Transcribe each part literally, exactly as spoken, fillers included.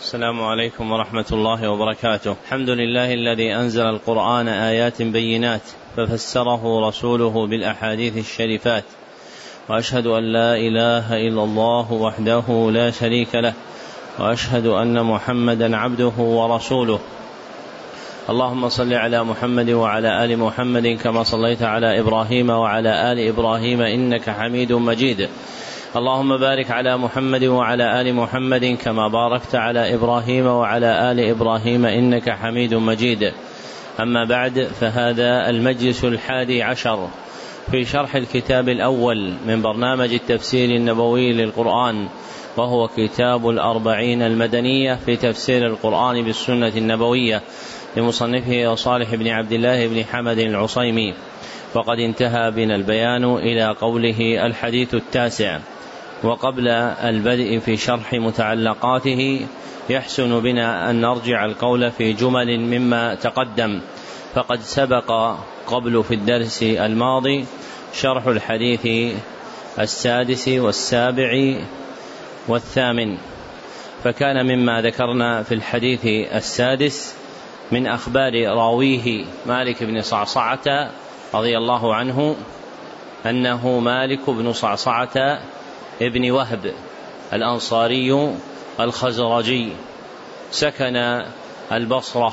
السلام عليكم ورحمة الله وبركاته. الحمد لله الذي أنزل القرآن آيات بينات ففسره رسوله بالأحاديث الشريفات، وأشهد أن لا إله إلا الله وحده لا شريك له، وأشهد أن محمدا عبده ورسوله. اللهم صل على محمد وعلى آل محمد كما صليت على إبراهيم وعلى آل إبراهيم إنك حميد مجيد. اللهم بارك على محمد وعلى آل محمد كما باركت على إبراهيم وعلى آل إبراهيم إنك حميد مجيد. أما بعد، فهذا المجلس الحادي عشر في شرح الكتاب الأول من برنامج التفسير النبوي للقرآن، وهو كتاب الأربعين المدنية في تفسير القرآن بالسنة النبوية لمصنفه صالح بن عبد الله بن حمد العصيمي. وقد انتهى بنا البيان إلى قوله الحديث التاسع. وقبل البدء في شرح متعلقاته يحسن بنا أن نرجع القول في جمل مما تقدم، فقد سبق قبل في الدرس الماضي شرح الحديث السادس والسابع والثامن، فكان مما ذكرنا في الحديث السادس من أخبار راويه مالك بن صعصعة رضي الله عنه أنه مالك بن صعصعة ابن وهب الأنصاري الخزرجي، سكن البصرة،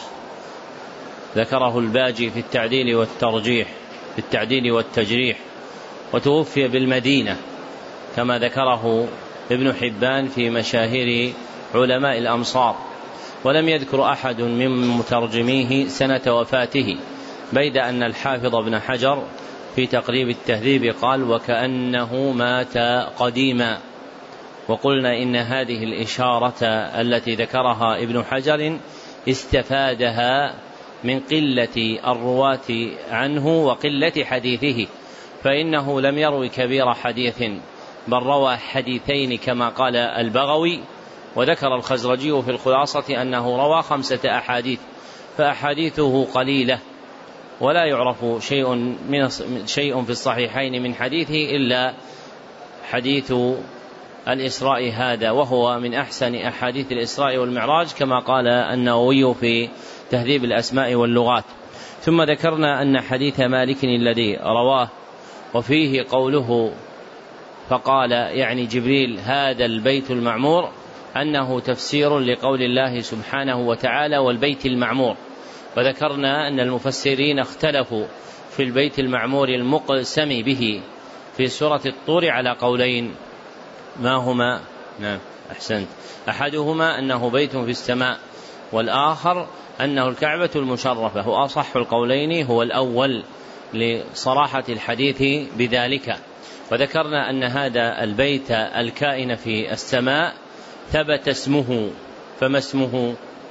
ذكره الباجي في التعديل والترجيح في التعديل والتجريح، وتوفي بالمدينة كما ذكره ابن حبان في مشاهير علماء الأمصار. ولم يذكر أحد من مترجميه سنة وفاته، بيد أن الحافظ ابن حجر في تقريب التهذيب قال وكأنه مات قديما. وقلنا إن هذه الإشارة التي ذكرها ابن حجر استفادها من قلة الرواة عنه وقلة حديثه، فإنه لم يروي كبير حديث، بل روى حديثين كما قال البغوي. وذكر الخزرجي في الخلاصة أنه روى خمسة أحاديث، فأحاديثه قليلة، ولا يعرف شيء من شيء في الصحيحين من حديثه إلا حديث الإسراء هذا، وهو من أحسن أحاديث الإسراء والمعراج كما قال النووي في تهذيب الأسماء واللغات. ثم ذكرنا أن حديث مالك الذي رواه وفيه قوله فقال يعني جبريل هذا البيت المعمور، أنه تفسير لقول الله سبحانه وتعالى والبيت المعمور. وذكرنا أن المفسرين اختلفوا في البيت المعمور المقسم به في سورة الطور على قولين، ما هما؟ نعم أحسنت. أحدهما أنه بيت في السماء، والآخر أنه الكعبة المشرفة، وأصح القولين هو الأول لصراحة الحديث بذلك. وذكرنا أن هذا البيت الكائن في السماء ثبت اسمه، فما اسمه؟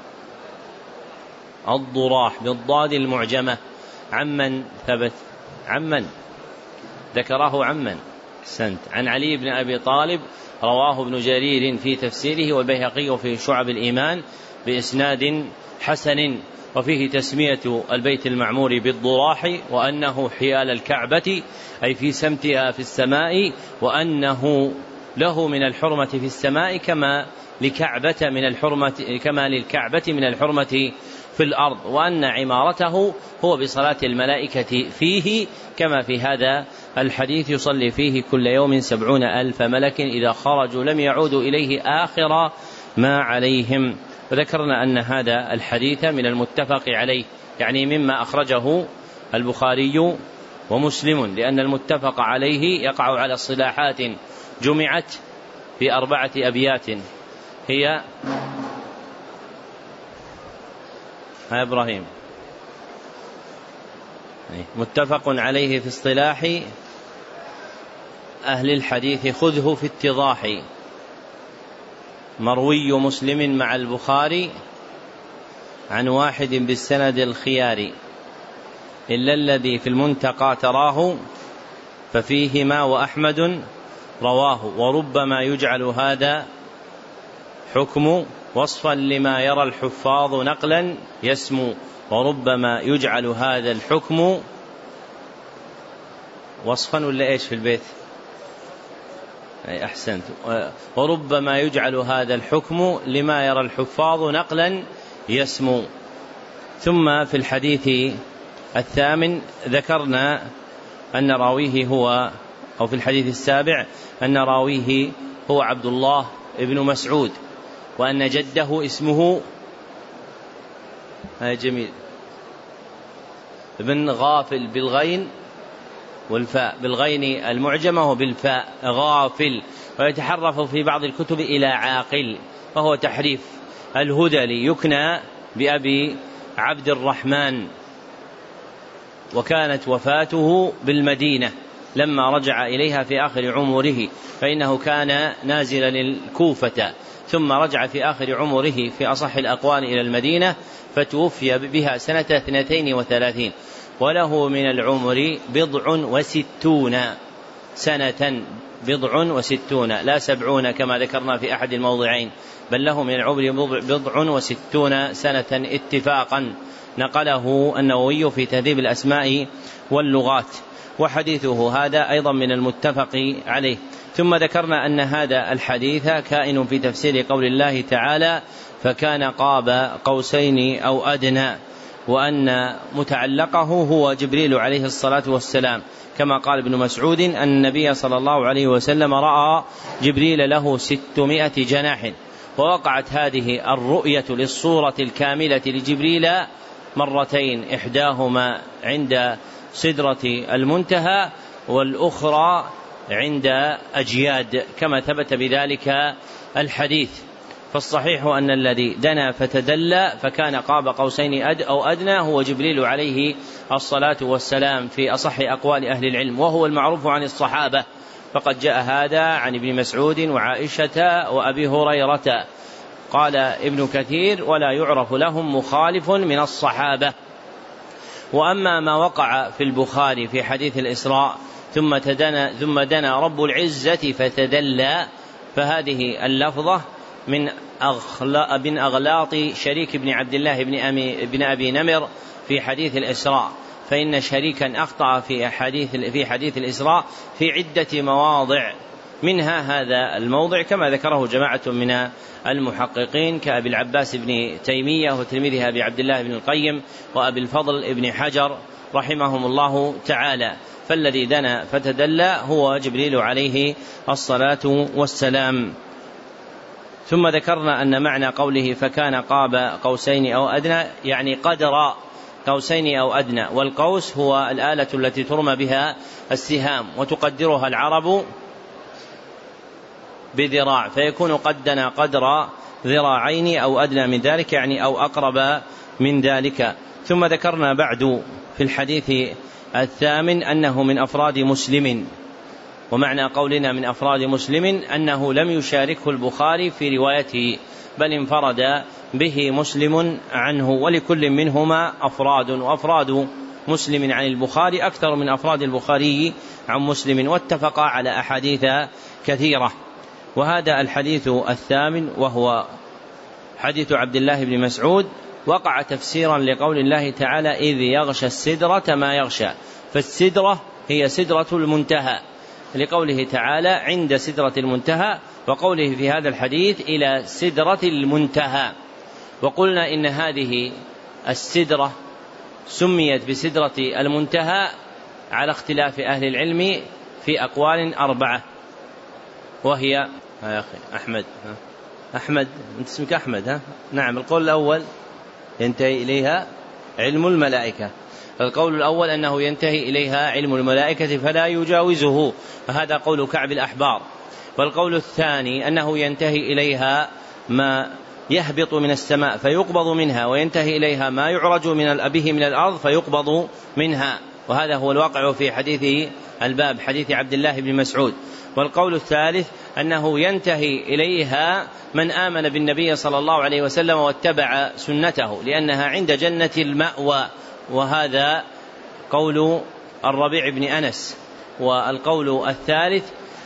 الضراح بالضاد المعجمة. عمن ثبت؟ عمن ذكره عمن سنت عن علي بن أبي طالب، رواه ابن جرير في تفسيره والبيهقي في شعب الإيمان بإسناد حسن، وفيه تسمية البيت المعمور بالضراح، وأنه حيال الكعبة أي في سمتها في السماء، وأنه له من الحرمة في السماء كما لكعبة من الحرمة كما للكعبة من الحرمة في الأرض، وأن عمارته هو بصلاة الملائكة فيه، كما في هذا الحديث يصلي فيه كل يوم سبعون ألف ملك إذا خرجوا لم يعودوا إليه آخر ما عليهم. وذكرنا أن هذا الحديث من المتفق عليه، يعني مما أخرجه البخاري ومسلم، لأن المتفق عليه يقع على الصلاحات جمعت في أربعة أبيات هي ها إبراهيم متفق عليه في اصطلاح أهل الحديث خذه في اتضاح، مروي مسلم مع البخاري عن واحد بالسند الخيار، إلا الذي في المنتقى تراه ففيهما وأحمد رواه، وربما يجعل هذا حكم وصفا لما يرى الحفاظ نقلا يسمو، وربما يجعل هذا الحكم وصفا ولا إيش في البيت؟ أي أحسنت. وربما يجعل هذا الحكم لما يرى الحفاظ نقلا يسمو. ثم في الحديث الثامن ذكرنا أن راويه هو، أو في الحديث السابع أن راويه هو عبد الله ابن مسعود، وأن جده اسمه جميل ابن غافل بالغين والفاء، بالغين المعجمة وبالفاء غافل، ويتحرف في بعض الكتب إلى عاقل، وهو تحريف. الهذلي يكنى بأبي عبد الرحمن، وكانت وفاته بالمدينة لما رجع إليها في آخر عمره، فإنه كان نازلا للكوفة ثم رجع في آخر عمره في أصح الأقوال إلى المدينة، فتوفي بها سنة اثنتين وثلاثين، وله من العمر بضع وستون سنة، بضع وستون لا سبعون كما ذكرنا في أحد الموضعين، بل له من العمر بضع وستون سنة اتفاقا، نقله النووي في تهذيب الأسماء واللغات، وحديثه هذا أيضا من المتفق عليه. ثم ذكرنا أن هذا الحديث كائن في تفسير قول الله تعالى فكان قاب قوسين أو أدنى، وأن متعلقه هو جبريل عليه الصلاة والسلام، كما قال ابن مسعود أن النبي صلى الله عليه وسلم رأى جبريل له ستمائة جناح. ووقعت هذه الرؤية للصورة الكاملة لجبريل مرتين، إحداهما عند سدرة المنتهى والأخرى عند أجياد، كما ثبت بذلك الحديث. فالصحيح أن الذي دنا فتدلى فكان قاب قوسين أد أو أدنى هو جبريل عليه الصلاة والسلام في أصح أقوال أهل العلم، وهو المعروف عن الصحابة، فقد جاء هذا عن ابن مسعود وعائشة وأبي هريرة. قال ابن كثير ولا يعرف لهم مخالف من الصحابة. وأما ما وقع في البخاري في حديث الإسراء ثم تدنا ثم دنا رب العزة فتدلى، فهذه اللفظة من بن أغلاط شريك بن عبد الله بن أبي نمر في حديث الإسراء، فإن شريكا أخطأ في حديث في حديث الإسراء في عدة مواضع، منها هذا الموضع كما ذكره جماعة من المحققين كأبي العباس بن تيمية وتلميذه أبي عبد الله بن القيم وأبي الفضل بن حجر رحمهم الله تعالى. فالذي دنا فتدلى هو جبريل عليه الصلاة والسلام. ثم ذكرنا أن معنى قوله فكان قاب قوسين أو أدنى يعني قدر قوسين أو أدنى، والقوس هو الآلة التي ترمى بها السهام وتقدرها العرب بذراع، فيكون قد دنا قدر ذراعين أو أدنى من ذلك يعني أو أقرب من ذلك. ثم ذكرنا بعد في الحديث الثامن أنه من أفراد مسلم، ومعنى قولنا من أفراد مسلم أنه لم يشاركه البخاري في روايته بل انفرد به مسلم عنه، ولكل منهما أفراد، وأفراد مسلم عن البخاري أكثر من أفراد البخاري عن مسلم، واتفقا على أحاديث كثيرة. وهذا الحديث الثامن وهو حديث عبد الله بن مسعود وقع تفسيرا لقول الله تعالى إذ يغشى السدرة ما يغشى، فالسدرة هي سدرة المنتهى لقوله تعالى عند سدرة المنتهى، وقوله في هذا الحديث إلى سدرة المنتهى. وقلنا إن هذه السدرة سميت بسدرة المنتهى على اختلاف أهل العلم في أقوال أربعة، وهي يا أخي أحمد أحمد أنت اسمك أحمد ها؟ نعم. القول الأول ينتهي إليها علم الملائكة، القول الأول أنه ينتهي إليها علم الملائكة فلا يجاوزه، فهذا قول كعب الأحبار. والقول الثاني أنه ينتهي إليها ما يهبط من السماء فيقبض منها، وينتهي إليها ما يعرج من الأبيه من الأرض فيقبض منها، وهذا هو الواقع في حديث الباب حديث عبد الله بن مسعود. والقول الثالث أنه ينتهي إليها من آمن بالنبي صلى الله عليه وسلم واتبع سنته لأنها عند جنة المأوى، وهذا قول الربيع بن أنس. والقول الثالث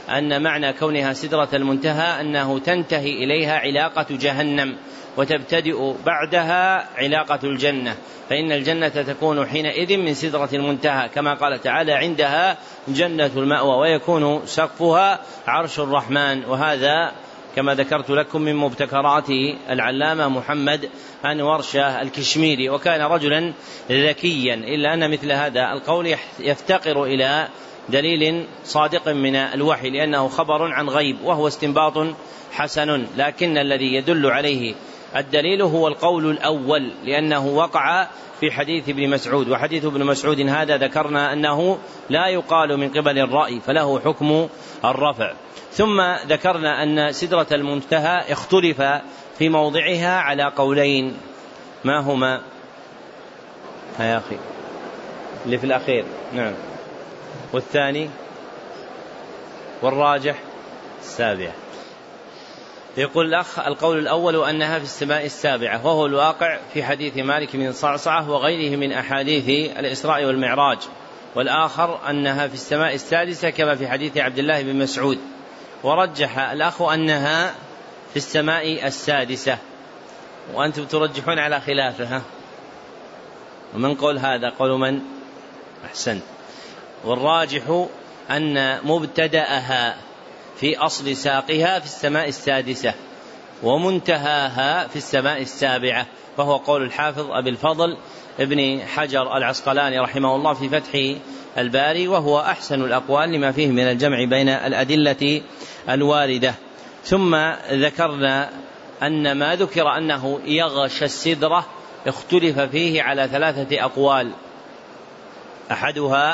أن معنى كونها سدرة المنتهى أنه تنتهي إليها علاقة جهنم وتبتدئ بعدها علاقة الجنة، فإن الجنة تكون حينئذ من سدرة المنتهى كما قال تعالى عندها جنة المأوى ويكون سقفها عرش الرحمن. وهذا كما ذكرت لكم من مبتكرات العلامة محمد أنور شاه الكشميري، وكان رجلا ذكيا، إلا أن مثل هذا القول يفتقر إلى دليل صادق من الوحي لأنه خبر عن غيب وهو استنباط حسن، لكن الذي يدل عليه الدليل هو القول الأول لأنه وقع في حديث ابن مسعود، وحديث ابن مسعود هذا ذكرنا أنه لا يقال من قبل الرأي فله حكم الرفع. ثم ذكرنا أن سدرة المنتهى اختلف في موضعها على قولين، ما هما؟ يا أخي اللي في الأخير، نعم، والثاني والراجح السابع. يقول الأخ القول الأول أنها في السماء السابعة، وهو الواقع في حديث مالك بن صعصعة وغيره من أحاديث الإسراء والمعراج، والآخر أنها في السماء السادسة كما في حديث عبد الله بن مسعود، ورجح الأخ أنها في السماء السادسة، وأنتم ترجحون على خلافها. ومن قول هذا؟ قول من؟ أحسن. والراجح أن مبتدأها في أصل ساقها في السماء السادسة ومنتهاها في السماء السابعة، فهو قول الحافظ أبي الفضل ابن حجر العسقلاني رحمه الله في فتح الباري، وهو أحسن الأقوال لما فيه من الجمع بين الأدلة الواردة. ثم ذكرنا أن ما ذكر أنه يغشى السدرة اختلف فيه على ثلاثة أقوال، أحدها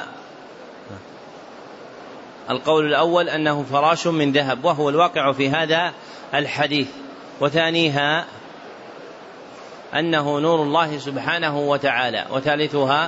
القول الأول أنه فراش من ذهب وهو الواقع في هذا الحديث، وثانيها أنه نور الله سبحانه وتعالى، وثالثها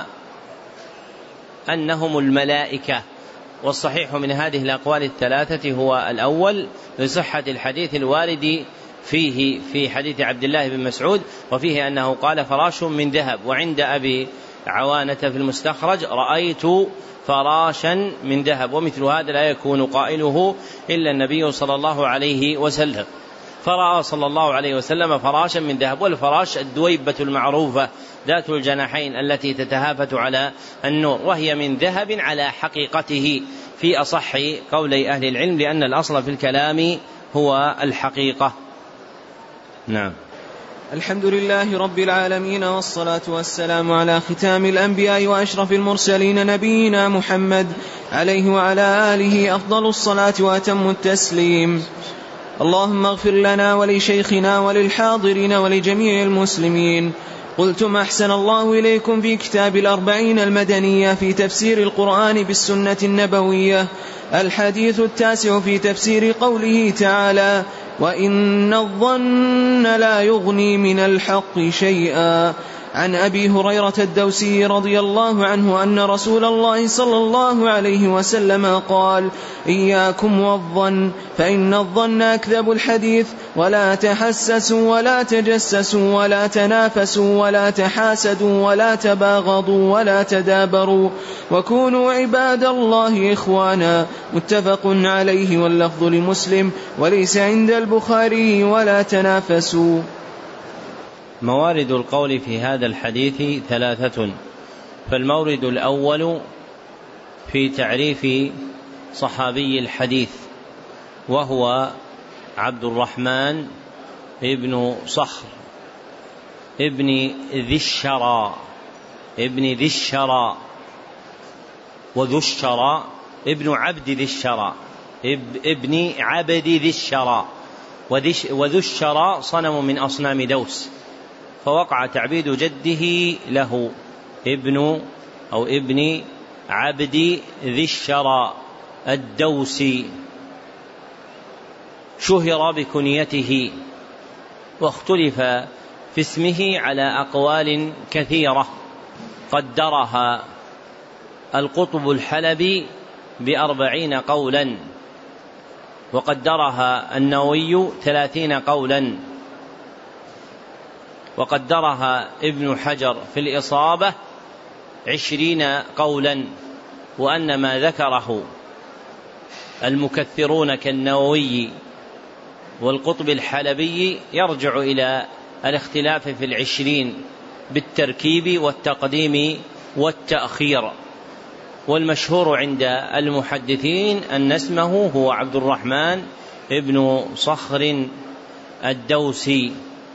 أنهم الملائكة. والصحيح من هذه الأقوال الثلاثة هو الأول لصحة الحديث الوارد فيه في حديث عبد الله بن مسعود، وفيه أنه قال فراش من ذهب. وعند أبي عوانة في المستخرج رأيت فراشا من ذهب، ومثل هذا لا يكون قائله إلا النبي صلى الله عليه وسلم، فرأى صلى الله عليه وسلم فراشا من ذهب. والفراش الدويبة المعروفة ذات الجناحين التي تتهافت على النور، وهي من ذهب على حقيقته في أصح قولي أهل العلم، لأن الأصل في الكلام هو الحقيقة. نعم. الحمد لله رب العالمين، والصلاة والسلام على ختام الأنبياء وأشرف المرسلين نبينا محمد عليه وعلى آله أفضل الصلاة وأتم التسليم. اللهم اغفر لنا ولشيخنا وللحاضرين ولجميع المسلمين. قلتم أحسن الله إليكم في كتاب الأربعين المدنية في تفسير القرآن بالسنة النبوية الحديث التاسع في تفسير قوله تعالى وإن الظن لا يغني من الحق شيئا، عن أبي هريرة الدوسي رضي الله عنه أن رسول الله صلى الله عليه وسلم قال إياكم والظن فإن الظن أكذب الحديث، ولا تحسسوا ولا تجسسوا ولا تنافسوا ولا تحاسدوا ولا تباغضوا ولا تدابروا وكونوا عباد الله إخوانا. متفق عليه، واللفظ لمسلم وليس عند البخاري ولا تنافسوا. موارد القول في هذا الحديث ثلاثة، فالمورد الأول في تعريف صحابي الحديث، وهو عبد الرحمن ابن صخر ابن ذي الشرى ابن ذي الشرى وذو الشرى ابن عبد ذي الشرى ابن عبد ذي الشرى، وذو الشرى صنم من أصنام دوس، فوقع تعبيد جده له ابن أو ابن عبد ذي الشرى الدوسي، شهر بكنيته، واختلف في اسمه على أقوال كثيرة قدرها القطب الحلبي بأربعين قولا، وقدرها النووي ثلاثين قولا، وقدرها ابن حجر في الإصابة عشرين قولا، وأن ما ذكره المكثرون كالنووي والقطب الحلبي يرجع إلى الاختلاف في العشرين بالتركيب والتقديم والتأخير. والمشهور عند المحدثين أن اسمه هو عبد الرحمن ابن صخر الدوسي،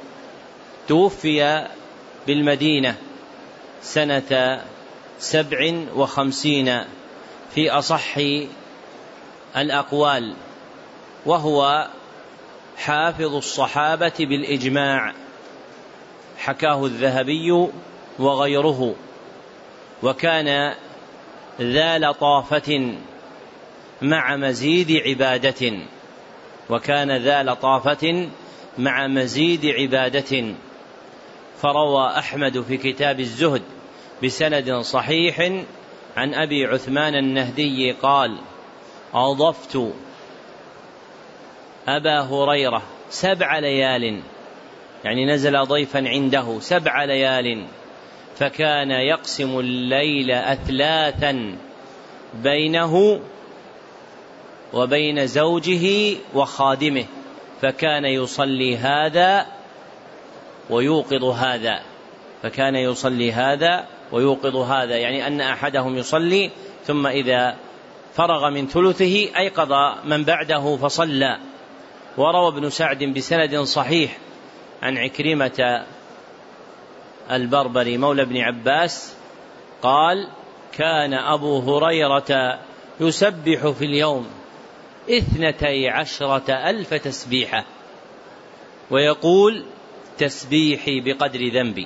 توفي بالمدينة سنة سبع وخمسين في أصح الأقوال، وهو حافظ الصحابة بالإجماع، حكاه الذهبي وغيره، وكان ذا لطافة مع مزيد عبادة وكان ذا لطافة مع مزيد عبادة فروى أحمد في كتاب الزهد بسند صحيح عن أبي عثمان النهدي قال: أضفت أبا هريرة سبع ليال، يعني نزل ضيفا عنده سبع ليال، فكان يقسم الليل أثلاثا بينه وبين زوجه وخادمه، فكان يصلي هذا ويوقظ هذا فكان يصلي هذا ويوقظ هذا يعني أن أحدهم يصلي ثم إذا فرغ من ثلثه أيقظ من بعده فصلى. وروى ابن سعد بسند صحيح عن عكرمة البربري مولى ابن عباس قال: كان أبو هريرة يسبح في اليوم اثنتي عشرة ألف تسبيحة، ويقول: تسبيحي بقدر ذنبي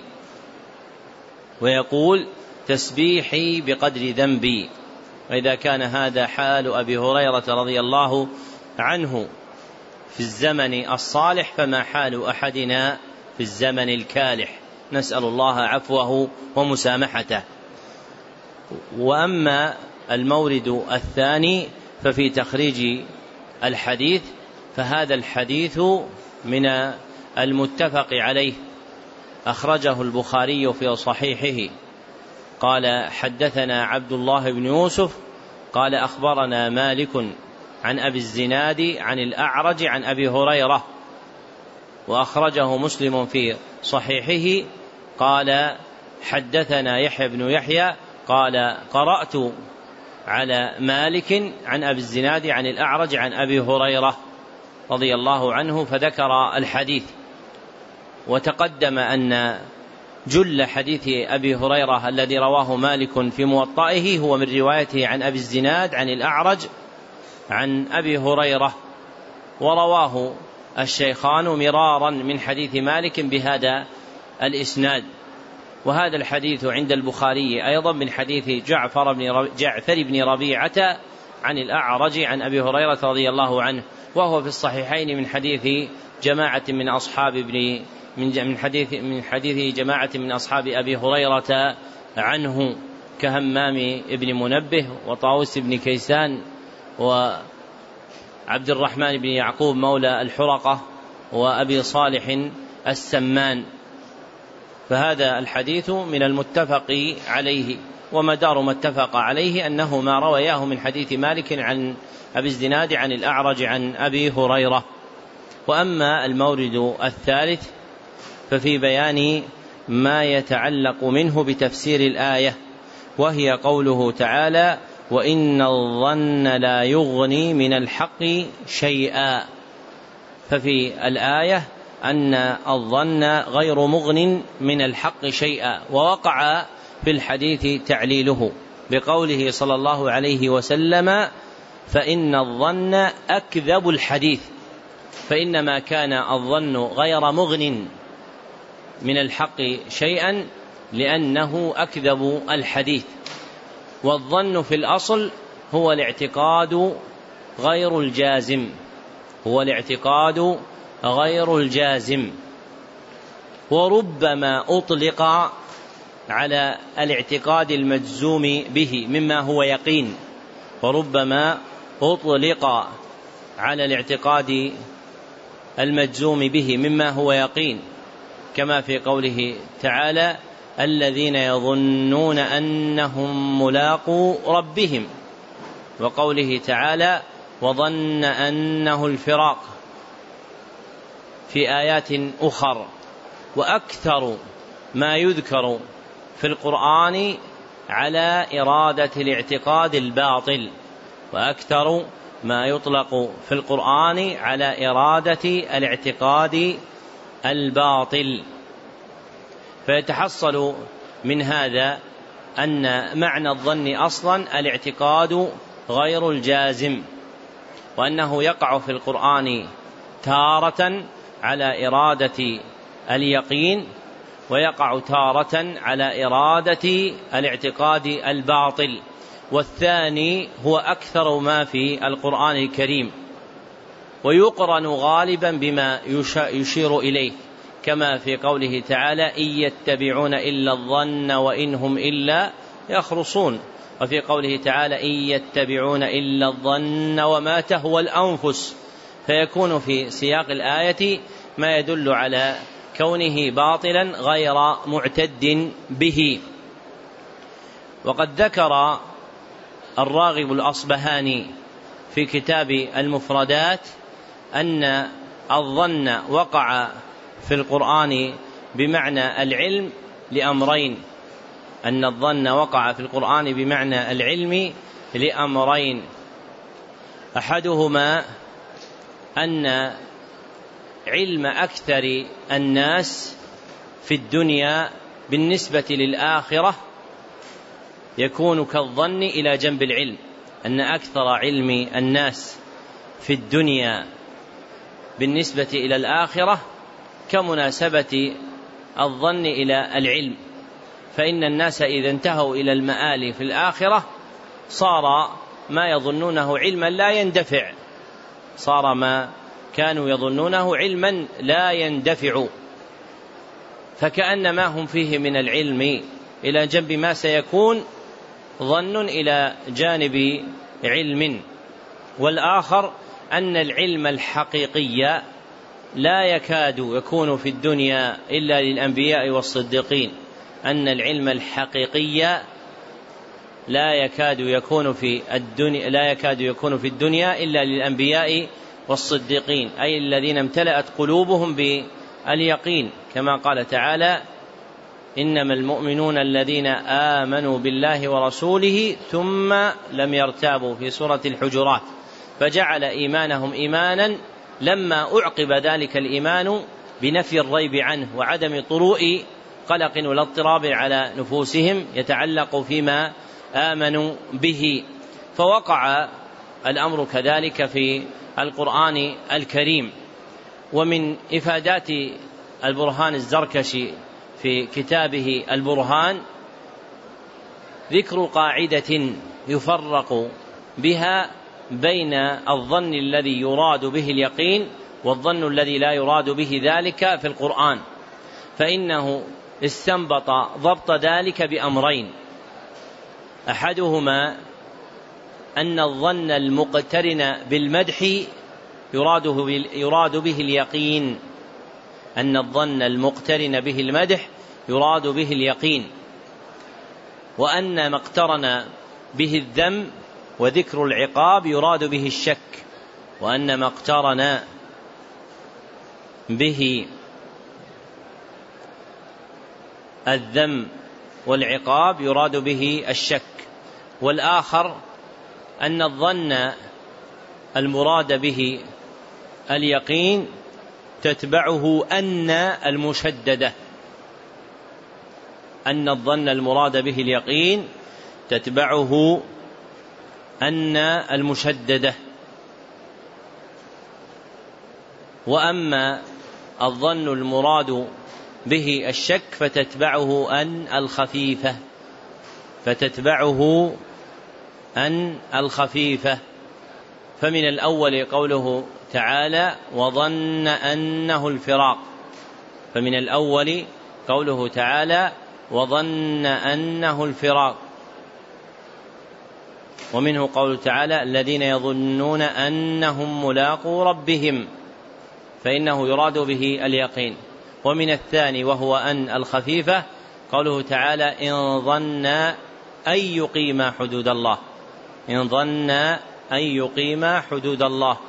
ويقول تسبيحي بقدر ذنبي. وإذا كان هذا حال أبي هريرة رضي الله عنه في الزمن الصالح فما حال أحدنا في الزمن الكالح، نسأل الله عفوه ومسامحته. وأما المورد الثاني ففي تخريج الحديث، فهذا الحديث من المتفق عليه، أخرجه البخاري في صحيحه قال: حدثنا عبد الله بن يوسف قال: أخبرنا مالك عن أبي الزناد عن الأعرج عن أبي هريرة، وأخرجه مسلم في صحيحه قال: حدثنا يحيى بن يحيى قال: قرأت على مالك عن أبي الزناد عن الأعرج عن أبي هريرة رضي الله عنه، فذكر الحديث. وتقدم أن جل حديث أبي هريرة الذي رواه مالك في موطئه هو من روايته عن أبي الزناد عن الأعرج عن أبي هريرة، ورواه الشيخان مرارا من حديث مالك بهذا الإسناد. وهذا الحديث عند البخاري أيضا من حديث جعفر بن جعفر بن ربيعة عن الأعرج عن أبي هريرة رضي الله عنه، وهو في الصحيحين من حديث جماعة من أصحاب ابن من حديث من حديث جماعة من أصحاب أبي هريرة عنه كهمام ابن منبه وطاووس بن كيسان وعبد الرحمن بن يعقوب مولى الحرقة وأبي صالح السمان. فهذا الحديث من المتفق عليه، ومدار ما اتفق عليه أنه ما روياه من حديث مالك عن أبي الزناد عن الأعرج عن أبي هريرة. وأما المورد الثالث ففي بيان ما يتعلق منه بتفسير الآية، وهي قوله تعالى: وإن الظن لا يغني من الحق شيئا. ففي الآية أن الظن غير مغن من الحق شيئا، ووقع في الحديث تعليله بقوله صلى الله عليه وسلم: فإن الظن أكذب الحديث. فإنما كان الظن غير مغن من الحق شيئا لأنه أكذب الحديث. والظن في الأصل هو الاعتقاد غير الجازم هو الاعتقاد غير الجازم وربما أطلق على الاعتقاد المجزوم به مما هو يقين وربما أطلق على الاعتقاد المجزوم به مما هو يقين، كما في قوله تعالى: الذين يظنون أنهم ملاقو ربهم، وقوله تعالى: وظن أنه الفراق في آيات أخر. وأكثر ما يذكر في القرآن على إرادة الاعتقاد الباطل، وأكثر ما يطلق في القرآن على إرادة الاعتقاد الباطل. فيتحصل من هذا أن معنى الظن أصلا الاعتقاد غير الجازم، وأنه يقع في القرآن تارة على إرادة اليقين، ويقع تارة على إرادة الاعتقاد الباطل. والثاني هو أكثر ما في القرآن الكريم، ويقرن غالبا بما يشير إليه، كما في قوله تعالى: إن يتبعون إلا الظن وإن هم إلا يخرصون. وفي قوله تعالى: إن يتبعون إلا الظن وما تهوى الأنفس. فيكون في سياق الآية ما يدل على كونه باطلا غير معتد به. وقد ذكر الراغب الأصبهاني في كتاب المفردات أن الظن وقع في القرآن بمعنى العلم لأمرين، أن الظن وقع في القرآن بمعنى العلم لأمرين: أحدهما أن علم أكثر الناس في الدنيا بالنسبة للآخرة يكون كالظن إلى جنب العلم، أن أكثر علم الناس في الدنيا بالنسبة إلى الآخرة كمناسبة الظن إلى العلم. فإن الناس إذا انتهوا إلى المآل في الآخرة صار ما يظنونه علما لا يندفع، صار ما كانوا يظنونه علما لا يندفع، فكأن ما هم فيه من العلم إلى جنب ما سيكون ظن إلى جانب علم. والآخر أن العلم الحقيقي لا يكاد يكون في الدنيا إلا للأنبياء والصديقين، أن العلم الحقيقي لا يكاد يكون في الدنيا لا يكاد يكون في الدنيا إلا للأنبياء والصديقين، أي الذين امتلأت قلوبهم باليقين، كما قال تعالى: إنما المؤمنون الذين آمنوا بالله ورسوله ثم لم يرتابوا، في سورة الحجرات، فجعل إيمانهم إيمانا لما أعقب ذلك الإيمان بنفي الريب عنه وعدم طروء قلق ولا اضطراب على نفوسهم يتعلق فيما آمنوا به. فوقع الأمر كذلك في القرآن الكريم. ومن إفادات البرهان الزركشي في كتابه البرهان ذكر قاعدة يفرق بها بين الظن الذي يراد به اليقين والظن الذي لا يراد به ذلك في القرآن، فإنه استنبط ضبط ذلك بأمرين: أحدهما أن الظن المقترن بالمدح يراد به اليقين، أن الظن المقترن به المدح يراد به اليقين، وأن ما اقترن به الذم وذكر العقاب يراد به الشك، وأن ما اقترن به الذم والعقاب يراد به الشك. والآخر أن الظن المراد به اليقين تتبعه أن المشددة، أن الظن المراد به اليقين تتبعه أن المشددة. وأما الظن المراد به الشك فتتبعه أن الخفيفة فتتبعه أن الخفيفة فمن الأول قوله تعالى: وظن أنه الفراق، فمن الأول قوله تعالى: وظن أنه الفراق. ومنه قوله تعالى: الذين يظنون أنهم ملاقو ربهم، فإنه يراد به اليقين. ومن الثاني وهو أن الخفيفة قوله تعالى: إن ظن أن يقيم حدود الله، إن ظن أن يقيما حدود الله.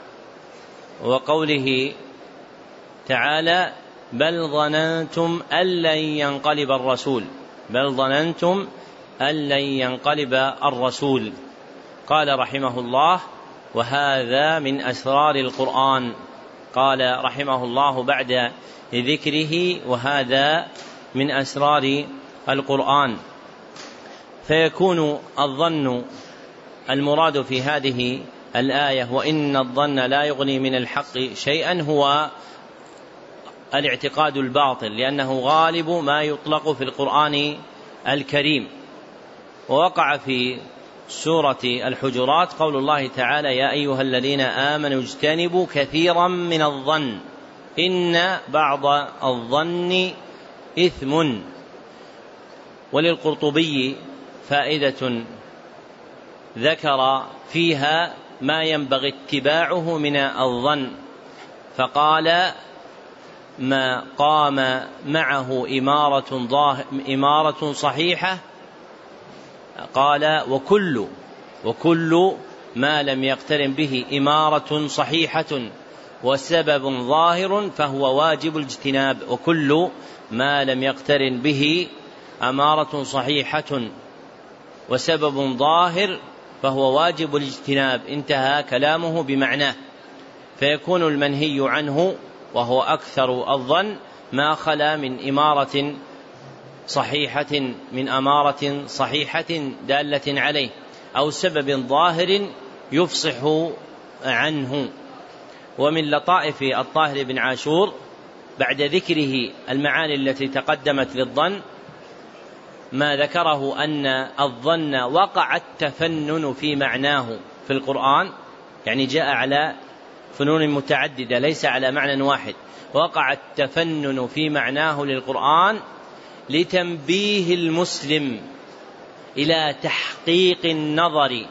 وقوله تعالى بل ظننتم أن لن ينقلب الرسول بل ظننتم أن لن ينقلب الرسول. قال رحمه الله وهذا من أسرار القرآن. قال رحمه الله بعد ذكره وهذا من أسرار القرآن. فيكون الظن المراد في هذه الآية وإن الظن لا يغني من الحق شيئا هو الاعتقاد الباطل، لأنه غالب ما يطلق في القرآن الكريم. ووقع في سورة الحجرات قول الله تعالى يا أيها الذين آمنوا اجتنبوا كثيرا من الظن إن بعض الظن إثم. وللقرطبي فائدة ذكر فيها ما ينبغي اتباعه من الظن، فقال ما قام معه إمارة, إمارة صحيحة، قال وكل, وكل ما لم يقترن به إمارة صحيحة وسبب ظاهر فهو واجب الاجتناب. وكل ما لم يقترن به أمارة صحيحة وسبب ظاهر فهو واجب الاجتناب. انتهى كلامه بمعناه. فيكون المنهي عنه وهو أكثر الظن ما خلا من إمارة صحيحة من أمارة صحيحة دالة عليه أو سبب ظاهر يفصح عنه. ومن لطائف الطاهر بن عاشور بعد ذكره المعاني التي تقدمت للظن ما ذكره أن الظن وقع التفنن في معناه في القرآن، يعني جاء على فنون متعددة ليس على معنى واحد. وقع التفنن في معناه للقرآن لتنبيه المسلم إلى تحقيق النظر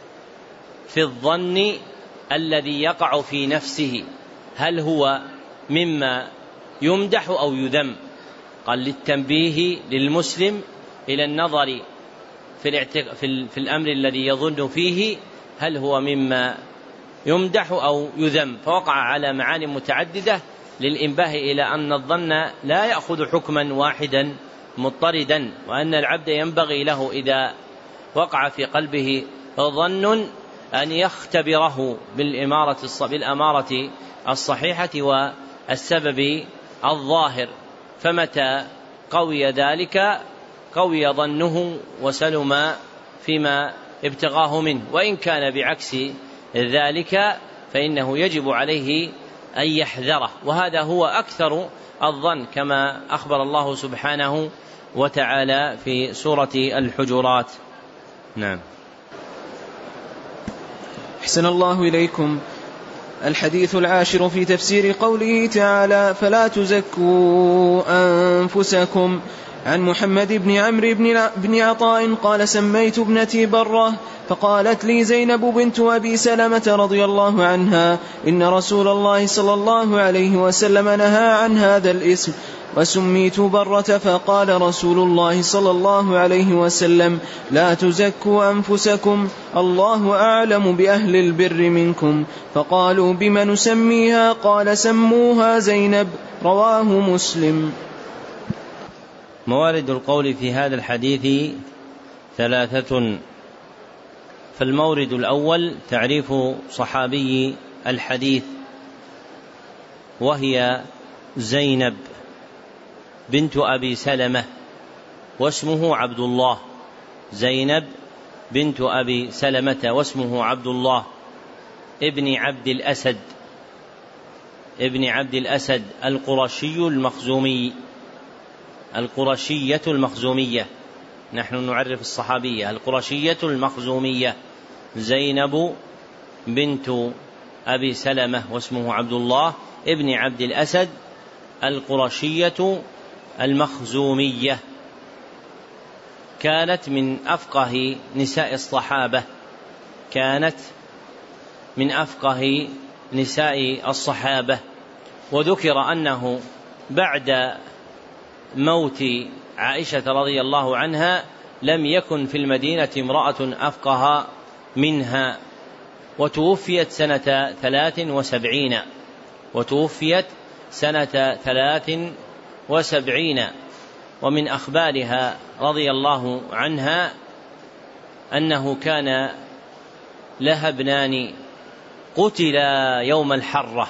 في الظن الذي يقع في نفسه، هل هو مما يمدح أو يذم. قال للتنبيه للمسلم إلى النظر في, في الأمر الذي يظن فيه هل هو مما يمدح أو يذم. فوقع على معاني متعددة للإنباه إلى أن الظن لا يأخذ حكما واحدا مضطردا، وأن العبد ينبغي له إذا وقع في قلبه ظن أن يختبره بالإمارة بالأمارة الصحيحة والسبب الظاهر، فمتى قوي ذلك قوي ظنه وسلم فيما ابتغاه منه، وإن كان بعكس ذلك فإنه يجب عليه أن يحذره. وهذا هو أكثر الظن كما أخبر الله سبحانه وتعالى في سورة الحجرات. نعم. أحسن الله إليكم. الحديث العاشر في تفسير قوله تعالى فلا تزكوا أنفسكم. عن محمد بن عمرو بن عطاء قال سميت ابنتي برة فقالت لي زينب بنت أبي سلمة رضي الله عنها إن رسول الله صلى الله عليه وسلم نهى عن هذا الاسم وسميت برة. فقال رسول الله صلى الله عليه وسلم لا تزكوا أنفسكم الله أعلم بأهل البر منكم. فقالوا بما نسميها؟ قال سموها زينب. رواه مسلم. موارد القول في هذا الحديث ثلاثة. فالمورد الأول تعريف صحابي الحديث، وهي زينب بنت أبي سلمة واسمه عبد الله. زينب بنت أبي سلمة واسمه عبد الله ابن عبد الأسد ابن عبد الأسد القرشي المخزومي القرشية المخزومية. نحن نعرف الصحابية القرشية المخزومية زينب بنت أبي سلمة واسمه عبد الله ابن عبد الأسد القرشية المخزومية. كانت من أفقه نساء الصحابة كانت من أفقه نساء الصحابة. وذكر أنه بعد موت عائشة رضي الله عنها لم يكن في المدينة امرأة أفقه منها، وتوفيت سنة ثلاث وسبعين وتوفيت سنة ثلاث وسبعين ومن أخبارها رضي الله عنها أنه كان لها ابنان قتلا يوم الحرة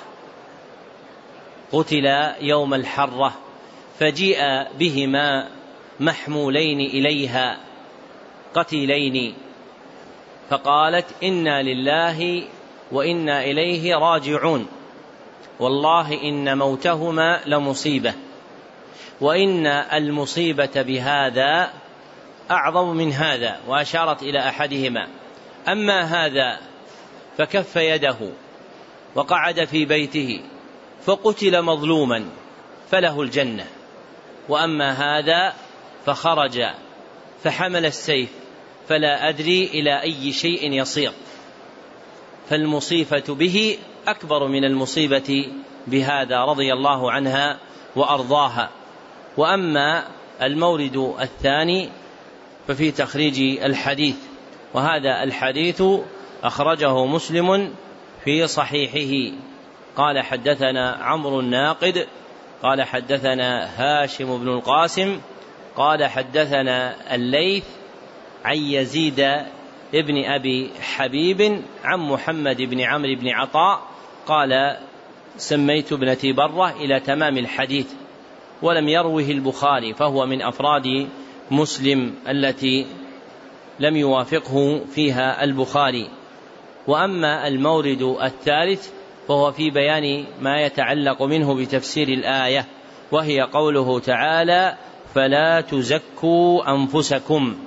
قتلا يوم الحرة فجيء بهما محمولين إليها قتيلين، فقالت: إنا لله وإنا إليه راجعون، والله إن موتهما لمصيبة، وإن المصيبة بهذا أعظم من هذا، وأشارت إلى أحدهما. أما هذا فكف يده وقعد في بيته فقتل مظلوما فله الجنة، وأما هذا فخرج فحمل السيف فلا أدري إلى أي شيء يصير، فالمصيبة به أكبر من المصيبة بهذا رضي الله عنها وأرضاها. وأما المورد الثاني ففي تخريج الحديث، وهذا الحديث أخرجه مسلم في صحيحه. قال: حدثنا عمرو الناقد قال: حدثنا هاشم بن القاسم قال: حدثنا الليث عن يزيد ابن أبي حبيب عن محمد بن عمرو بن عطاء قال: سميت ابنتي برة إلى تمام الحديث، ولم يروه البخاري، فهو من أفراد مسلم التي لم يوافقه فيها البخاري. وأما المورد الثالث فهو في بيان ما يتعلق منه بتفسير الآية، وهي قوله تعالى: فلا تزكوا أنفسكم،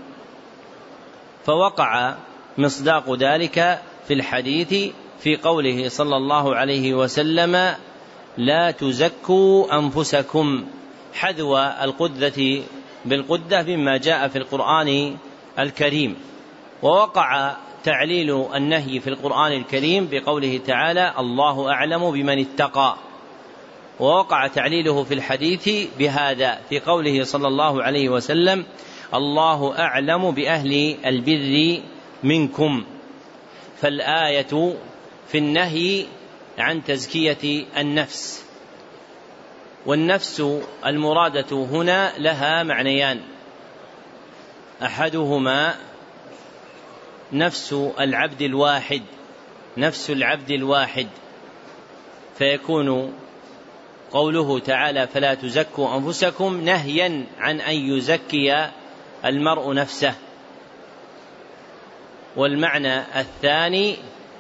فوقع مصداق ذلك في الحديث في قوله صلى الله عليه وسلم: لا تزكوا أنفسكم، حذو القدة بالقدة مما جاء في القرآن الكريم. ووقع تعليل النهي في القرآن الكريم بقوله تعالى: الله أعلم بمن اتقى، ووقع تعليله في الحديث بهذا في قوله صلى الله عليه وسلم: الله أعلم بأهل البر منكم. فالآية في النهي عن تزكية النفس، والنفس المرادة هنا لها معنيان: أحدهما نفس العبد الواحد نفس العبد الواحد فيكون قوله تعالى: فلا تزكوا أنفسكم نهيا عن أن يزكي المرء نفسه. والمعنى الثاني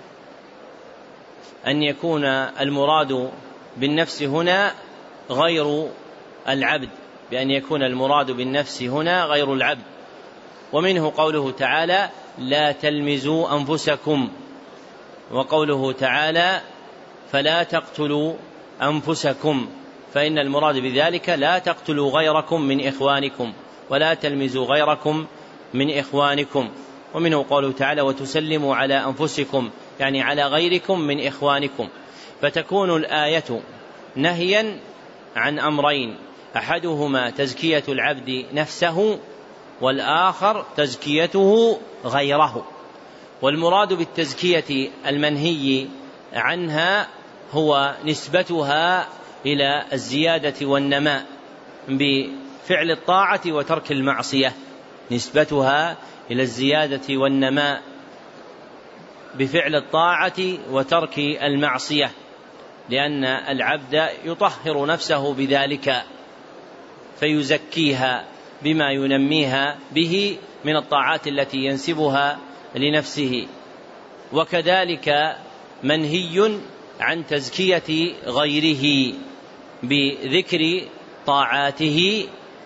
أن يكون المراد بالنفس هنا غير العبد، بأن يكون المراد بالنفس هنا غير العبد. ومنه قوله تعالى: لا تلمزوا أنفسكم، وقوله تعالى: فلا تقتلوا أنفسكم، فإن المراد بذلك لا تقتلوا غيركم من إخوانكم، ولا تلمزوا غيركم من إخوانكم. ومنه قوله تعالى: وتسلموا على أنفسكم، يعني على غيركم من إخوانكم. فتكون الآية نهيا عن أمرين: أحدهما تزكية العبد نفسه، والآخر تزكيته غيره. والمراد بالتزكية المنهي عنها هو نسبتها إلى الزيادة والنماء بفعل الطاعة وترك المعصية، نسبتها إلى الزيادة والنماء بفعل الطاعة وترك المعصية، لأن العبد يطهر نفسه بذلك فيزكيها بما ينميها به من الطاعات التي ينسبها لنفسه. وكذلك منهي عن تزكية غيره بذكر طاعاته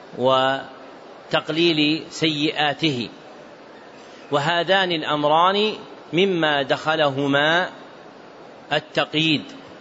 وتقليل سيئاته. وهذان الأمران مما دخلهما التقييد.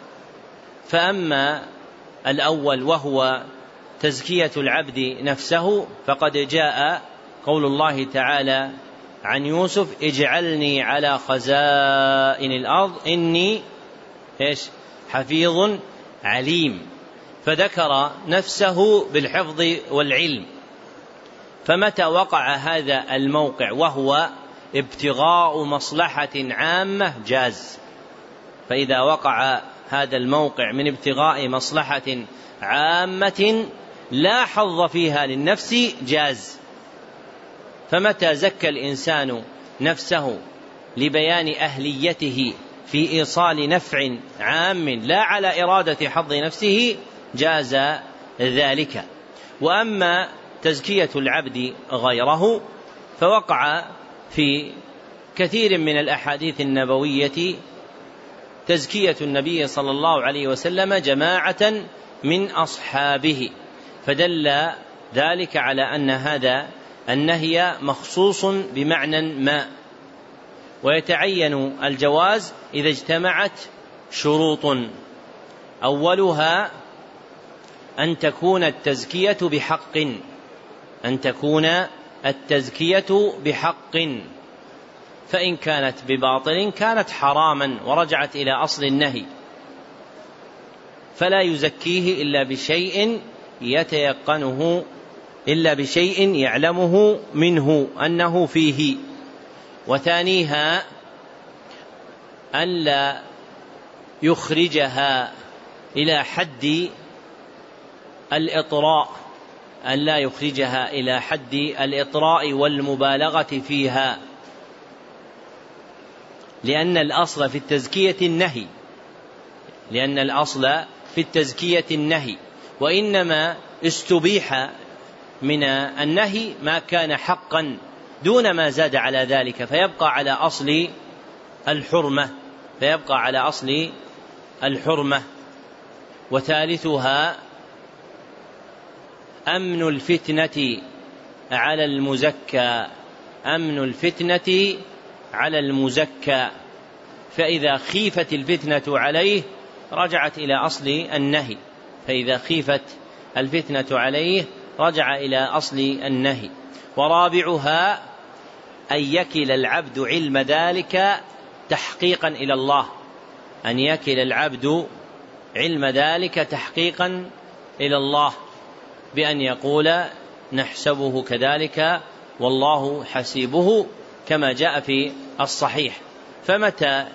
فأما الأول وهو تزكية العبد نفسه فقد جاء قول الله تعالى عن يوسف: اجعلني على خزائن الأرض إني إيش حفيظ عليم، فذكر نفسه بالحفظ والعلم. فمتى وقع هذا الموقع وهو ابتغاء مصلحة عامة جاز. فإذا وقع هذا الموقع من ابتغاء مصلحة عامة لا حظ فيها للنفس جاز. فمتى زكى الإنسان نفسه لبيان أهليته في إيصال نفع عام لا على إرادة حظ نفسه جاز ذلك. وأما تزكية العبد غيره فوقع في كثير من الأحاديث النبوية تزكية النبي صلى الله عليه وسلم جماعة من أصحابه، فدل ذلك على أن هذا النهي مخصوص بمعنى ما، ويتعين الجواز إذا اجتمعت شروط. أولها أن تكون التزكية بحق أن تكون التزكية بحق فإن كانت بباطل كانت حراما ورجعت إلى أصل النهي، فلا يزكيه إلا بشيء يتيقنه إلا بشيء يعلمه منه أنه فيه. وثانيها أن لا يخرجها إلى حد الإطراء أن لا يخرجها إلى حد الإطراء والمبالغة فيها، لأن الأصل في التزكية النهي لأن الأصل في التزكية النهي وإنما استبيح من النهي ما كان حقا دون ما زاد على ذلك، فيبقى على أصل الحرمة فيبقى على أصل الحرمة. وثالثها أمن الفتنة على المزكى أمن الفتنة على المزكى فإذا خيفت الفتنة عليه رجعت إلى أصل النهي فإذا خيفت الفتنة عليه رجع إلى أصل النهي. ورابعها أن يكل العبد علم ذلك تحقيقا إلى الله أن يكل العبد علم ذلك تحقيقا إلى الله بأن يقول نحسبه كذلك والله حسيبه كما جاء في الصحيح. فمتى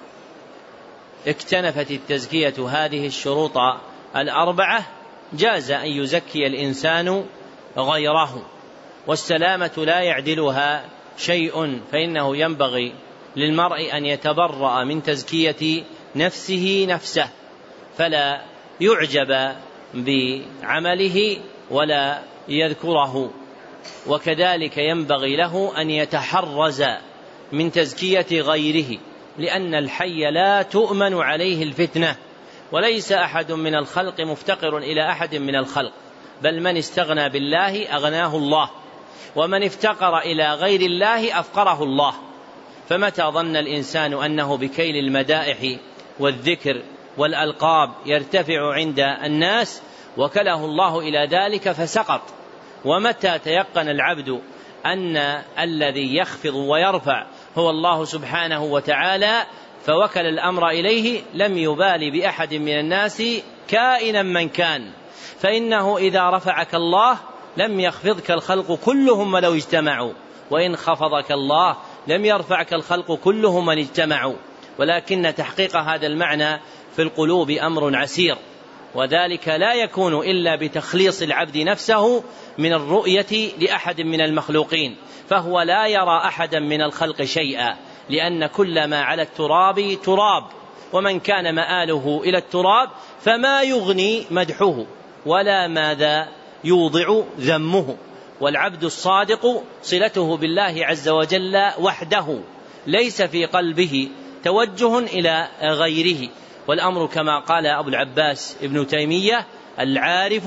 اكتنفت التزكية هذه الشروط الأربعة جاز أن يزكي الإنسان غيره، والسلامة لا يعدلها شيء، فإنه ينبغي للمرء أن يتبرأ من تزكية نفسه نفسه فلا يعجب بعمله ولا يذكره، وكذلك ينبغي له أن يتحرز من تزكية غيره، لأن الحي لا تؤمن عليه الفتنة، وليس أحد من الخلق مفتقر إلى أحد من الخلق، بل من استغنى بالله أغناه الله، ومن افتقر إلى غير الله أفقره الله. فمتى ظن الإنسان أنه بكيل المدائح والذكر والألقاب يرتفع عند الناس وكله الله إلى ذلك فسقط. ومتى تيقن العبد أن الذي يخفض ويرفع هو الله سبحانه وتعالى فوكل الأمر إليه لم يبالي بأحد من الناس كائنا من كان، فإنه إذا رفعك الله لم يخفضك الخلق كلهم ولو اجتمعوا، وإن خفضك الله لم يرفعك الخلق كلهم من اجتمعوا، ولكن تحقيق هذا المعنى في القلوب أمر عسير، وذلك لا يكون إلا بتخليص العبد نفسه من الرؤية لأحد من المخلوقين، فهو لا يرى أحدا من الخلق شيئا، لأن كل ما على التراب تراب، ومن كان مآله إلى التراب فما يغني مدحه ولا ماذا يوضع ذمه. والعبد الصادق صلته بالله عز وجل وحده، ليس في قلبه توجه إلى غيره. والأمر كما قال أبو العباس ابن تيمية: العارف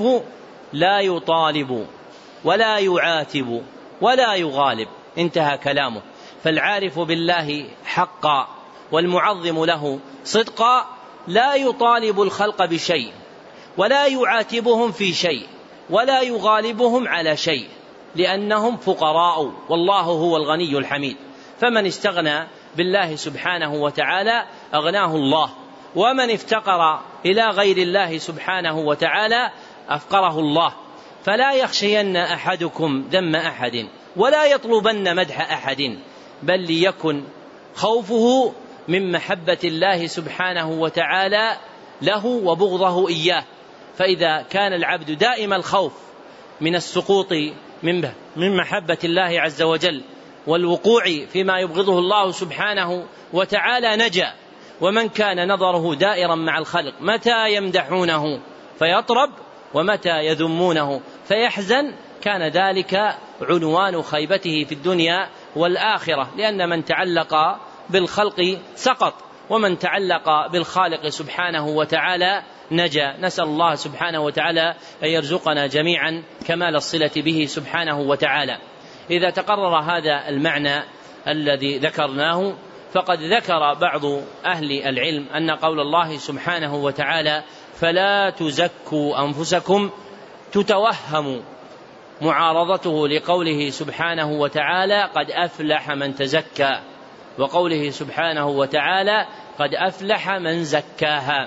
لا يطالب ولا يعاتب ولا يغالب، انتهى كلامه. فالعارف بالله حقا والمعظم له صدقا لا يطالب الخلق بشيء ولا يعاتبهم في شيء ولا يغالبهم على شيء، لأنهم فقراء والله هو الغني الحميد. فمن استغنى بالله سبحانه وتعالى أغناه الله، ومن افتقر إلى غير الله سبحانه وتعالى أفقره الله. فلا يخشين أحدكم ذم أحد ولا يطلبن مدح أحد، بل ليكن خوفه من محبة الله سبحانه وتعالى له وبغضه إياه. فإذا كان العبد دائم الخوف من السقوط من محبة الله عز وجل والوقوع فيما يبغضه الله سبحانه وتعالى نجا. ومن كان نظره دائرا مع الخلق متى يمدحونه فيطرب ومتى يذمونه فيحزن، كان ذلك عنوان خيبته في الدنيا والآخرة، لأن من تعلق بالخلق سقط ومن تعلق بالخالق سبحانه وتعالى نجا. نسأل الله سبحانه وتعالى أن يرزقنا جميعا كمال الصلة به سبحانه وتعالى. إذا تقرر هذا المعنى الذي ذكرناه، فقد ذكر بعض أهل العلم أن قول الله سبحانه وتعالى فلا تزكوا أنفسكم تتوهم معارضته لقوله سبحانه وتعالى قد أفلح من تزكى، وقوله سبحانه وتعالى قد أفلح من زكاها،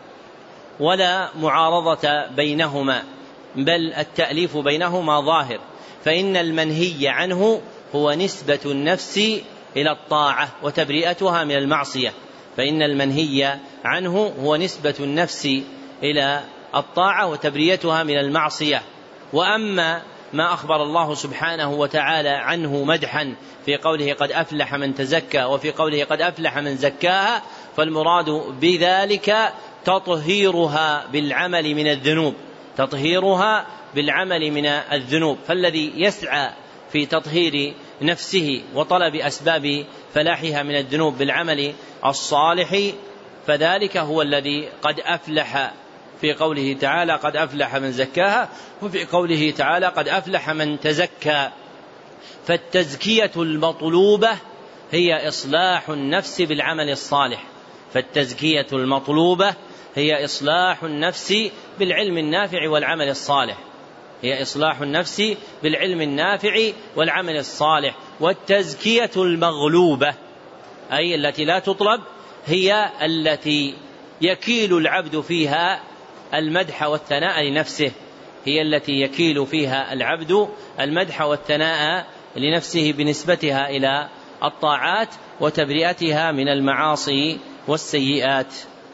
ولا معارضة بينهما، بل التأليف بينهما ظاهر. فإن المنهي عنه هو نسبة النفس إلى الطاعة وتبرئتها من المعصية، فإن المنهي عنه هو نسبة النفس إلى الطاعة وتبرئتها من المعصية. وأما ما أخبر الله سبحانه وتعالى عنه مدحا في قوله قد أفلح من تزكى وفي قوله قد أفلح من زكاها، فالمراد بذلك تطهيرها بالعمل من الذنوب، تطهيرها بالعمل من الذنوب. فالذي يسعى في تطهير نفسه وطلب أسباب فلاحها من الذنوب بالعمل الصالح فذلك هو الذي قد أفلح، في قوله تعالى قد أفلح من زكاها، وفي قوله تعالى قد أفلح من تزكى. فالتزكية المطلوبة هي إصلاح النفس بالعمل الصالح، فالتزكية المطلوبة هي إصلاح النفس بالعلم النافع والعمل الصالح، هي إصلاح النفس بالعلم النافع والعمل الصالح. والتزكية المغلوبة أي التي لا تطلب هي التي يكيل العبد فيها المدح والثناء لنفسه، هي التي يكيل فيها العبد المدح والثناء لنفسه بنسبتها إلى الطاعات وتبرئتها من المعاصي والسيئات.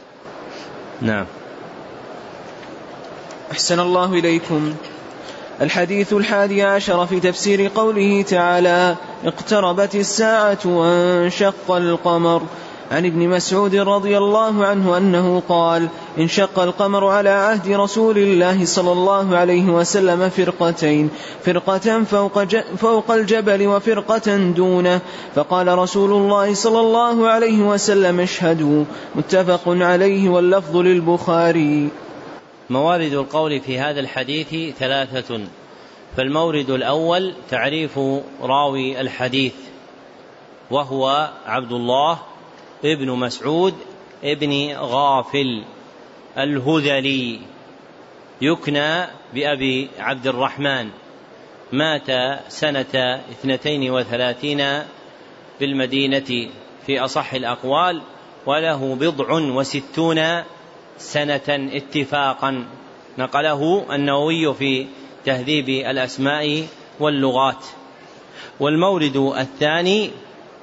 نعم. أحسن الله إليكم. الحديث الحادي عشر في تفسير قوله تعالى اقتربت الساعة وانشق القمر. عن ابن مسعود رضي الله عنه أنه قال انشق القمر على عهد رسول الله صلى الله عليه وسلم فرقتين، فرقة فوق, فوق الجبل وفرقة دونه، فقال رسول الله صلى الله عليه وسلم اشهدوا. متفق عليه واللفظ للبخاري. موارد القول في هذا الحديث ثلاثة. فالمورد الأول تعريف راوي الحديث، وهو عبد الله ابن مسعود ابن غافل الهذلي، يكنى بأبي عبد الرحمن، مات سنة اثنتين وثلاثين بالمدينة في أصح الأقوال، وله بضع وستون سنة اتفاقا، نقله النووي في تهذيب الأسماء واللغات. والمورد الثاني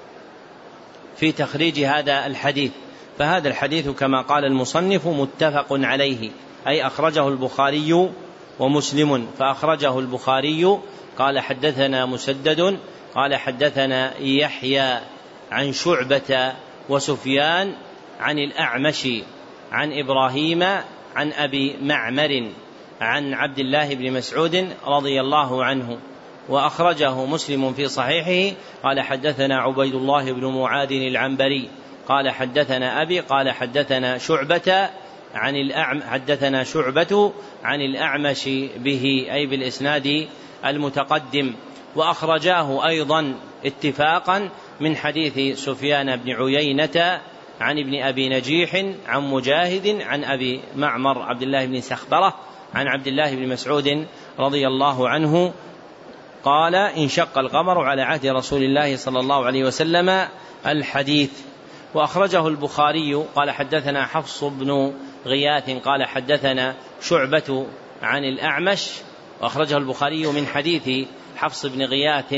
في تخريج هذا الحديث، فهذا الحديث كما قال المصنف متفق عليه، أي أخرجه البخاري ومسلم. فأخرجه البخاري قال حدثنا مسدد قال حدثنا يحيى عن شعبة وسفيان عن الأعمش عن إبراهيم عن أبي معمر عن عبد الله بن مسعود رضي الله عنه. وأخرجه مسلم في صحيحه قال حدثنا عبيد الله بن معاذ العنبري قال حدثنا أبي قال حدثنا شعبة عن الأعم حدثنا شعبة عن الأعمش به، أي بالإسناد المتقدم. وأخرجاه أيضا اتفاقا من حديث سفيان بن عيينة عن ابن أبي نجيح عن مجاهد عن أبي معمر عبد الله بن سخبرة عن عبد الله بن مسعود رضي الله عنه قال انشق القمر على عهد رسول الله صلى الله عليه وسلم الحديث. وأخرجه البخاري قال حدثنا حفص بن غياث قال حدثنا شعبة عن الأعمش، وأخرجه البخاري من حديث حفص بن غياث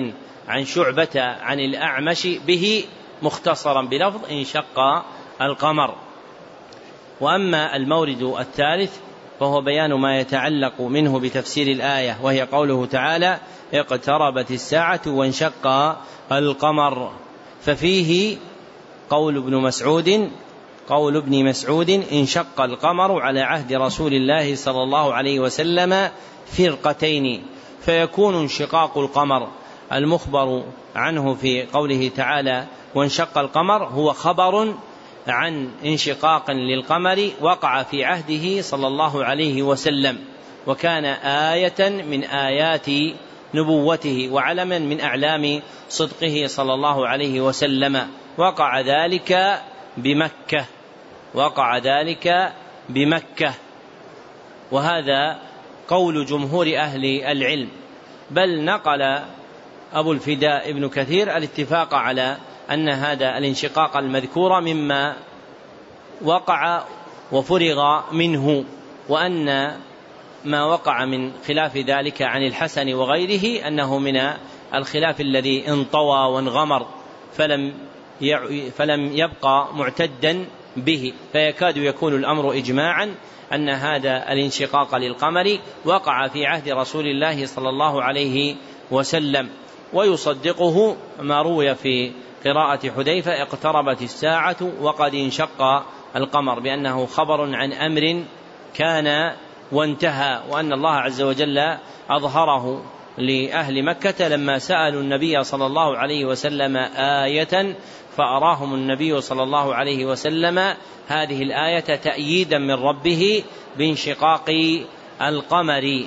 عن شعبة عن الأعمش به مختصرا بلفظ انشق القمر. وأما المورد الثالث فهو بيان ما يتعلق منه بتفسير الآية، وهي قوله تعالى اقتربت الساعة وانشق القمر، ففيه قول ابن مسعود قول ابن مسعود انشق القمر على عهد رسول الله صلى الله عليه وسلم فرقتين، فيكون انشقاق القمر المخبر عنه في قوله تعالى وانشق القمر هو خبر عن انشقاق للقمر وقع في عهده صلى الله عليه وسلم، وكان آية من آيات نبوته وعلما من أعلام صدقه صلى الله عليه وسلم. وقع ذلك بمكة وقع ذلك بمكة وهذا قول جمهور أهل العلم، بل نقل أبو الفداء ابن كثير الاتفاق على أن هذا الانشقاق المذكور مما وقع وفرغ منه، وأن ما وقع من خلاف ذلك عن الحسن وغيره أنه من الخلاف الذي انطوى وانغمر فلم فلم يبقى معتدا به، فيكاد يكون الأمر إجماعا أن هذا الانشقاق للقمر وقع في عهد رسول الله صلى الله عليه وسلم. ويصدقه ما روي في قراءة حذيفة اقتربت الساعة وقد انشق القمر، بأنه خبر عن أمر كان وانتهى، وأن الله عز وجل أظهره لأهل مكة لما سألوا النبي صلى الله عليه وسلم آية فأراهم النبي صلى الله عليه وسلم هذه الآية تأييدا من ربه بانشقاق القمر،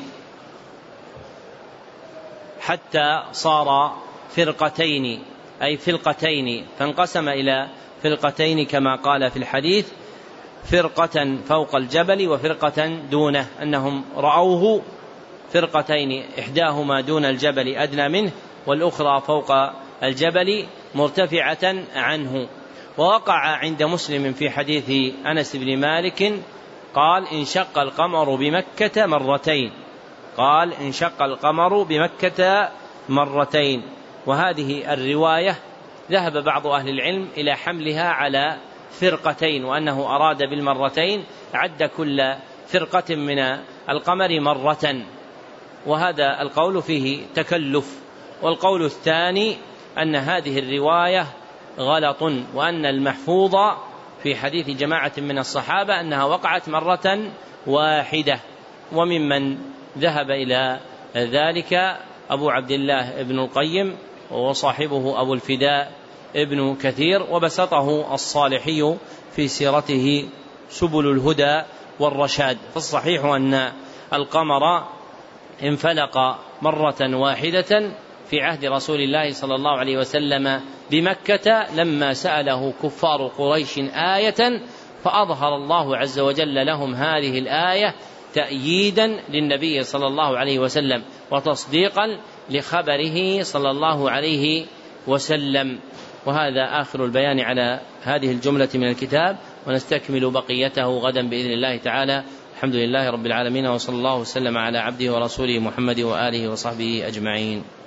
حتى صار فرقتين أي فرقتين، فانقسم إلى فرقتين كما قال في الحديث، فرقة فوق الجبل وفرقة دونه، أنهم رأوه فرقتين إحداهما دون الجبل أدنى منه والأخرى فوق الجبل مرتفعة عنه. ووقع عند مسلم في حديث أنس بن مالك قال انشق القمر بمكة مرتين قال انشق القمر بمكة مرتين وهذه الرواية ذهب بعض أهل العلم إلى حملها على فرقتين، وأنه أراد بالمرتين عد كل فرقة من القمر مرة، وهذا القول فيه تكلف. والقول الثاني أن هذه الرواية غلط، وأن المحفوظ في حديث جماعة من الصحابة أنها وقعت مرة واحدة. وممن ذهب إلى ذلك أبو عبد الله ابن القيم وصاحبه أبو الفداء ابن كثير، وبسطه الصالحي في سيرته سبل الهدى والرشاد. فالصحيح أن القمر انفلق مرة واحدة في عهد رسول الله صلى الله عليه وسلم بمكة لما سأله كفار قريش آية فأظهر الله عز وجل لهم هذه الآية تأييدا للنبي صلى الله عليه وسلم وتصديقا لخبره صلى الله عليه وسلم. وهذا آخر البيان على هذه الجملة من الكتاب، ونستكمل بقيته غدا بإذن الله تعالى. الحمد لله رب العالمين، وصلى الله وسلم على عبده ورسوله محمد وآله وصحبه أجمعين.